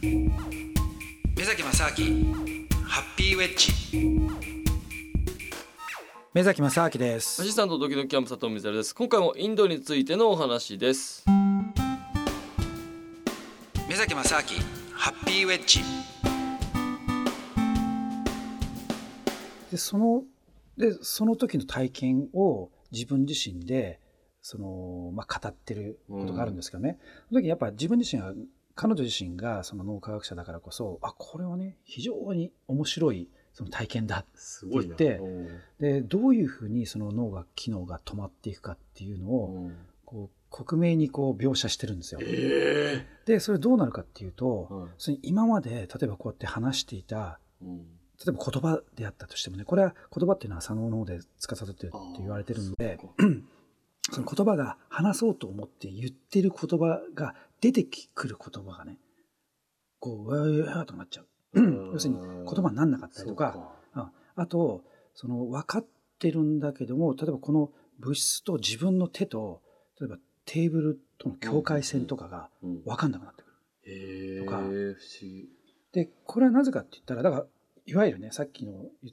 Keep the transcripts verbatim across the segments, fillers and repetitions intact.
目崎正明ハッピーウェッジ。目崎正明です。 アシスタントドキドキキャンプ佐藤水です。今回もインドについてのお話です。 目崎正明ハッピーウェッジ。でそのでその時の体験を自分自身でその、まあ、語ってることがあるんですけどね、うん、その時やっぱ自分自身は彼女自身がその脳科学者だからこそ、あこれはね非常に面白いその体験だって言って、でどういうふうにその脳が機能が止まっていくかっていうのをこう克明にこう描写してるんですよ、えー、でそれどうなるかっていうと、うん、それ今まで例えばこうやって話していた、うん例えば言葉であったとしてもね、これは言葉っていうのは左脳の方で司ってるって言われてるので、その言葉が話そうと思って言ってる言葉が出てくる言葉がね、こう、うわーわーとなっちゃう。要するに言葉にならなかったりとか、あ, あと、その分かってるんだけども、例えばこの物質と自分の手と、例えばテーブルとの境界線とかが分かんなくなってくる。とか、不思議。で、これはなぜかって言ったら、だから、いわゆるねさっきの言った、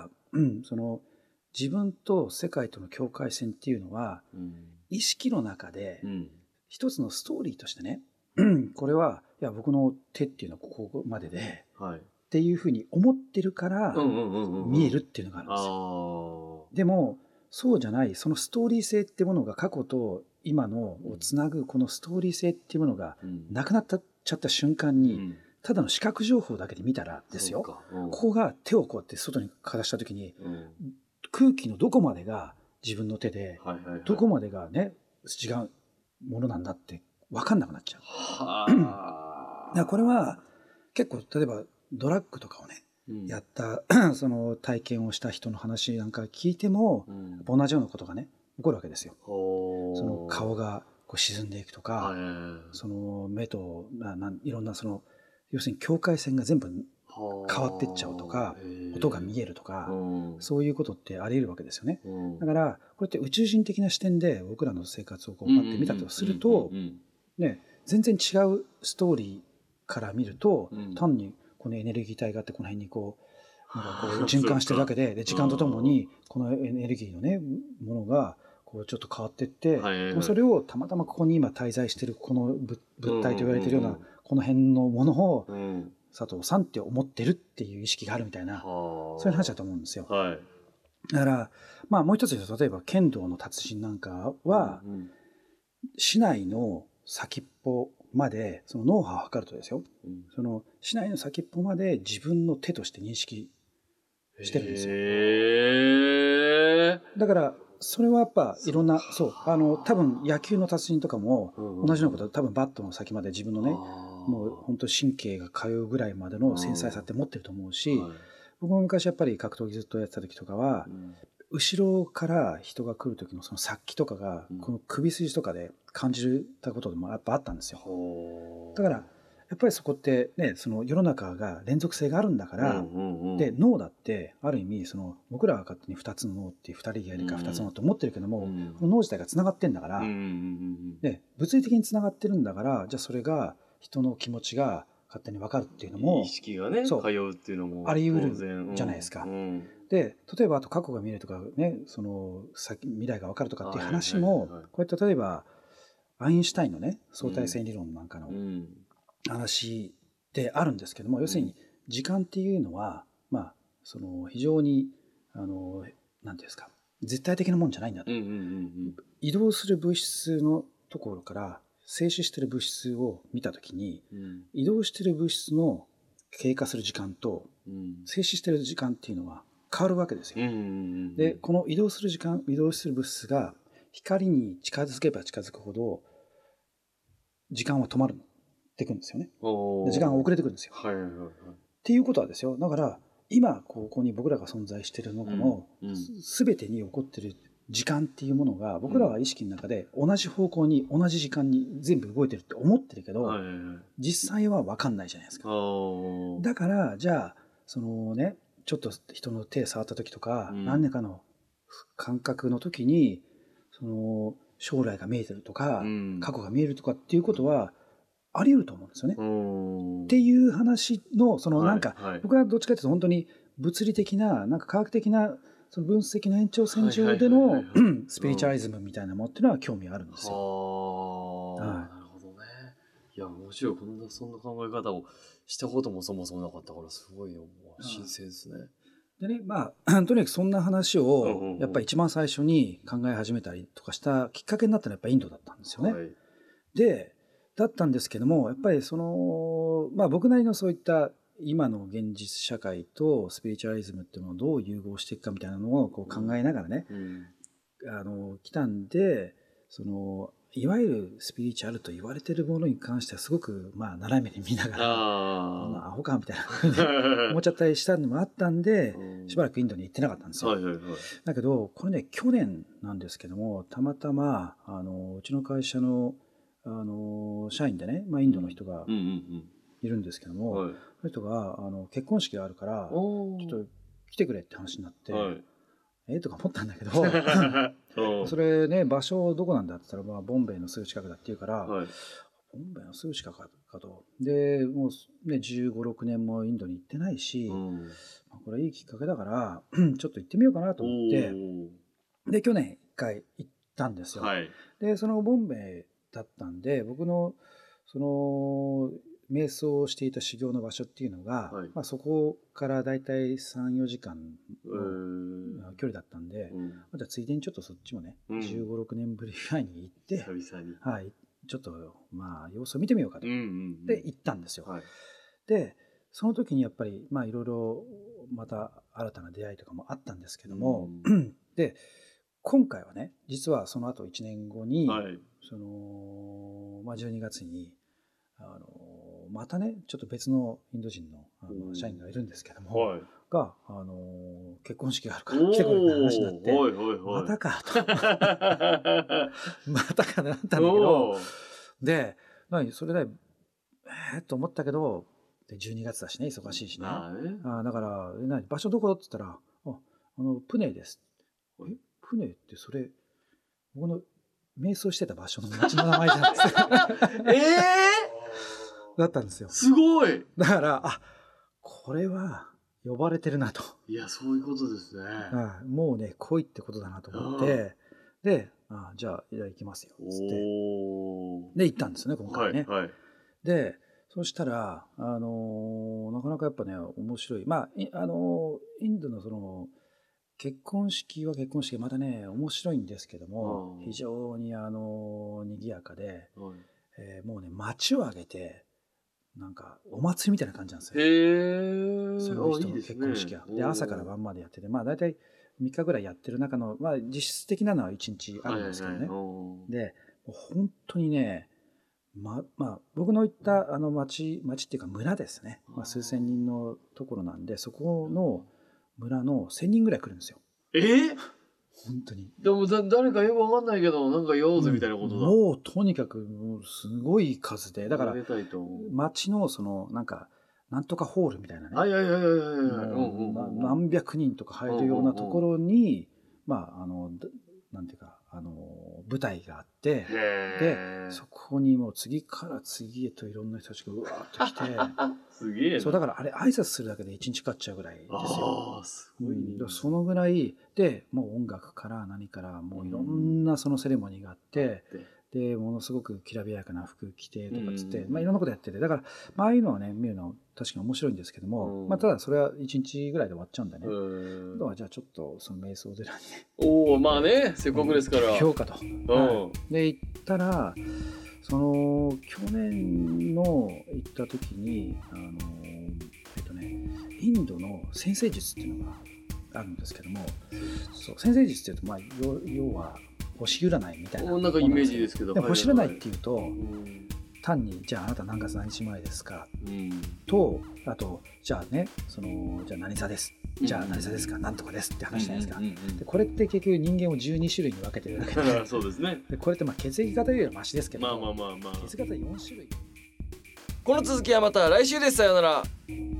うん、その自分と世界との境界線っていうのは、うん、意識の中で一つのストーリーとしてね、うん、これはいや僕の手っていうのはここまでで、はい、っていうふうに思ってるから見えるっていうのがあるんですよ。でもそうじゃないそのストーリー性っていうものが過去と今のをつなぐこのストーリー性っていうものがなくなっちゃった瞬間に、うんただの視覚情報だけで見たらですよ、うん、ここが手をこうやって外にかざした時に、うん、空気のどこまでが自分の手で、はいはいはい、どこまでがね違うものなんだって分かんなくなっちゃう。はだからこれは結構例えばドラッグとかをね、うん、やったその体験をした人の話なんか聞いても、うん、同じようなことがね起こるわけですよ。その顔がこう沈んでいくとか、はいはいはい、その目となないろんなその要するに境界線が全部変わっていっちゃうとか音が見えるとか、うん、そういうことってあり得るわけですよね、うん、だからこれって宇宙人的な視点で僕らの生活をこうパッて見たとすると、ね、全然違うストーリーから見ると、うん、単にこのエネルギー体があってこの辺にこうなんかこう循環してるだけで、で時間とともにこのエネルギーのねものがこうちょっと変わっていって、はいはいはい、それをたまたまここに今滞在しているこの物体と言われているような、うんうんうんこの辺のものを佐藤さんって思ってるっていう意識があるみたいな、うん、そういう話だと思うんですよ、はい、だからまあもう一つ言うと例えば剣道の達人なんかは、うんうん、竹刀の先っぽまでその脳波を測るとですよ、うん、その竹刀の先っぽまで自分の手として認識してるんですよ。へー。だからそれはやっぱいろんなそうあの多分野球の達人とかも同じようなこと多分バットの先まで自分のねもう本当神経が通うぐらいまでの繊細さって持ってると思うし、はい、僕も昔やっぱり格闘技ずっとやってた時とかは、うん、後ろから人が来る時のその殺気とかが、うん、この首筋とかで感じたことでもやっぱあったんですよ。だからやっぱりそこってねその世の中が連続性があるんだから、うんうんうん、で脳だってある意味その僕らが勝手にふたつの脳っていうふたりやりかふたつの脳って思ってるけども、うん、この脳自体がつながってんだから、うんうんうん、で物理的につながってるんだからじゃあそれが人の気持ちが勝手に分かるっていうのも意識がね通うっていうのもあり得るじゃないですか、うんうん、で例えばあと過去が見えるとかねその先未来が分かるとかっていう話も、はいはいはいはい、こうやって例えばアインシュタインのね相対性理論なんかの話であるんですけども、うん、要するに時間っていうのはまあその非常にあのなんていうんですか絶対的なもんじゃないんだと、うんうんうんうん、移動する物質のところから静止している物質を見たときに、うん、移動している物質の経過する時間と、うん、静止している時間っていうのは変わるわけですよ、うんうんうん、でこの移動する時間移動する物質が光に近づけば近づくほど時間は止まるっていくんですよね。で時間が遅れてくるんですよ、はいはいはい、っていうことはですよだから今ここに僕らが存在しているのこの、うんうん、全てに起こっている時間っていうものが僕らは意識の中で同じ方向に同じ時間に全部動いてるって思ってるけど、はいはいはい、実際は分かんないじゃないですか。だからじゃあそのねちょっと人の手触った時とか、うん、何年かの感覚の時にその将来が見えてるとか、うん、過去が見えるとかっていうことはあり得ると思うんですよね。っていう話のそのなんか、はいはい、僕はどっちかというと本当に物理的ななんか科学的なその分析の延長線上でのスピリチュアリズムみたいなものっていうのは興味あるんですよ。 はい、なるほどね。いや面白い。こんなそんな考え方をしたこともそもそもなかったからすごい新鮮ですね。 でね、まあとにかくそんな話をやっぱり一番最初に考え始めたりとかしたきっかけになったのはやっぱインドだったんですよね。はい、でだったんですけどもやっぱりそのまあ僕なりのそういった今の現実社会とスピリチュアリズムっていうのをどう融合していくかみたいなのをこう考えながらね、うんうん、あの来たんでそのいわゆるスピリチュアルと言われているものに関してはすごくまあ斜めに見ながらあアホかみたいなふうに思っちゃったりしたのもあったんでしばらくインドに行ってなかったんですよ。はいはいはい、だけどこれね去年なんですけどもたまたまあのうちの会社のあの社員でね、まあ、インドの人がいるんですけども、うんうんうん、その人があの結婚式があるからちょっと来てくれって話になって、はい、えー、とか思ったんだけどそれね場所どこなんだって言ったら、まあ、ボンベイのすぐ近くだって言うから、はい、ボンベイのすぐ近くかとでもう、ね、じゅうご、ろくねんもインドに行ってないし、うん、まあ、これいいきっかけだからちょっと行ってみようかなと思ってで去年いっかい行ったんですよ。はい、でそのボンベイだったんで僕のその瞑想をしていた修行の場所っていうのが、はい、まあ、そこからだいたい さん,よ 時間の距離だったんで、うん、じゃあついでにちょっとそっちもね、うん、じゅうご、ろくねんぶりぐらいに行って、久々に、はい、ちょっとまあ様子を見てみようかと、うんうんうん、で行ったんですよ。はい、でその時にやっぱりまあいろいろまた新たな出会いとかもあったんですけども、うん、で今回はね実はその後いちねんごに、はい、そのまあ、じゅうにがつにあのまたねちょっと別のインド人 の, あの社員がいるんですけども、はい、があの結婚式があるから来てくれって話になって、はいはいはい、またかとまたかなったんだけどで何それでえー、と思ったけどでじゅうにがつだしね忙しいしね、ああだから何場所どこって言ったらああのプネです。えプネってそれ僕の瞑想してた場所の町の名前じゃんってえー、だったんですよ。 すごい。 だからあこれは呼ばれてるなと。 いやそういうことですね。 あもうね来いってことだなと思ってであじゃあじゃあ行きますよっつってで行ったんですよね今回ね。はいはい、でそしたらあのー、なかなかやっぱね面白いまああのー、インドのその結婚式は結婚式またね面白いんですけども非常にあの賑やかで、えー、もうね街を挙げてなんかお祭りみたいな感じなんですよ。へその人の結婚式は。いい で, ね、で朝から晩までやっててまあ大体みっかぐらいやってる中の、まあ、実質的なのはいちにちあるんですけどね。はいはい、で本当にねままあ、僕の行ったあの町町っていうか村ですね、まあ、数千人のところなんでそこの村のせんにんぐらい来るんですよ。 えー、 本当に。 でもだ誰かよく分かんないけどなんか用図みたいなことだ、 うん、もうとにかくもうすごい数でだから町のそのなんかなんとかホールみたいなね何百人とか入るようなところにまああのなんていうかあの舞台があってでそこにもう次から次へといろんな人たちがうわーっと来てすげえそうだからあれ挨拶するだけで一日かかっちゃうぐらいですよ。あすごい、ね、うん、そのぐらいでもう音楽から何からもういろんなそのセレモニーがあって、うん、でものすごくきらびやかな服着てとかっつって、うん、まあ、いろんなことやっててだから、まああいうのはね見るの確かに面白いんですけども、うん、まあ、ただそれはいちにちぐらいで終わっちゃうんだね。うん、だからじゃあちょっとその瞑想寺にねおおまあねせっかくですから評価と、うん、はい、で行ったらその去年の行った時にあのえっとねインドの占星術っていうのがあるんですけどもそう占星術っていうとまあ要は星占いみたいななんかイメージですけどでも星占いっていうと、はい、単にじゃああなた何月何日前ですか、うん、とあとじゃあねそのじゃあ何座ですじゃあ何座ですかなんとかですって話じゃないですか、うんうんうん、でこれって結局人間をじゅうにしゅるいに分けてるだけでそうですねでこれってまあ血液型よりはマシですけどまあまあまあまあ血液型よんしゅるいこの続きはまた来週です。さようなら。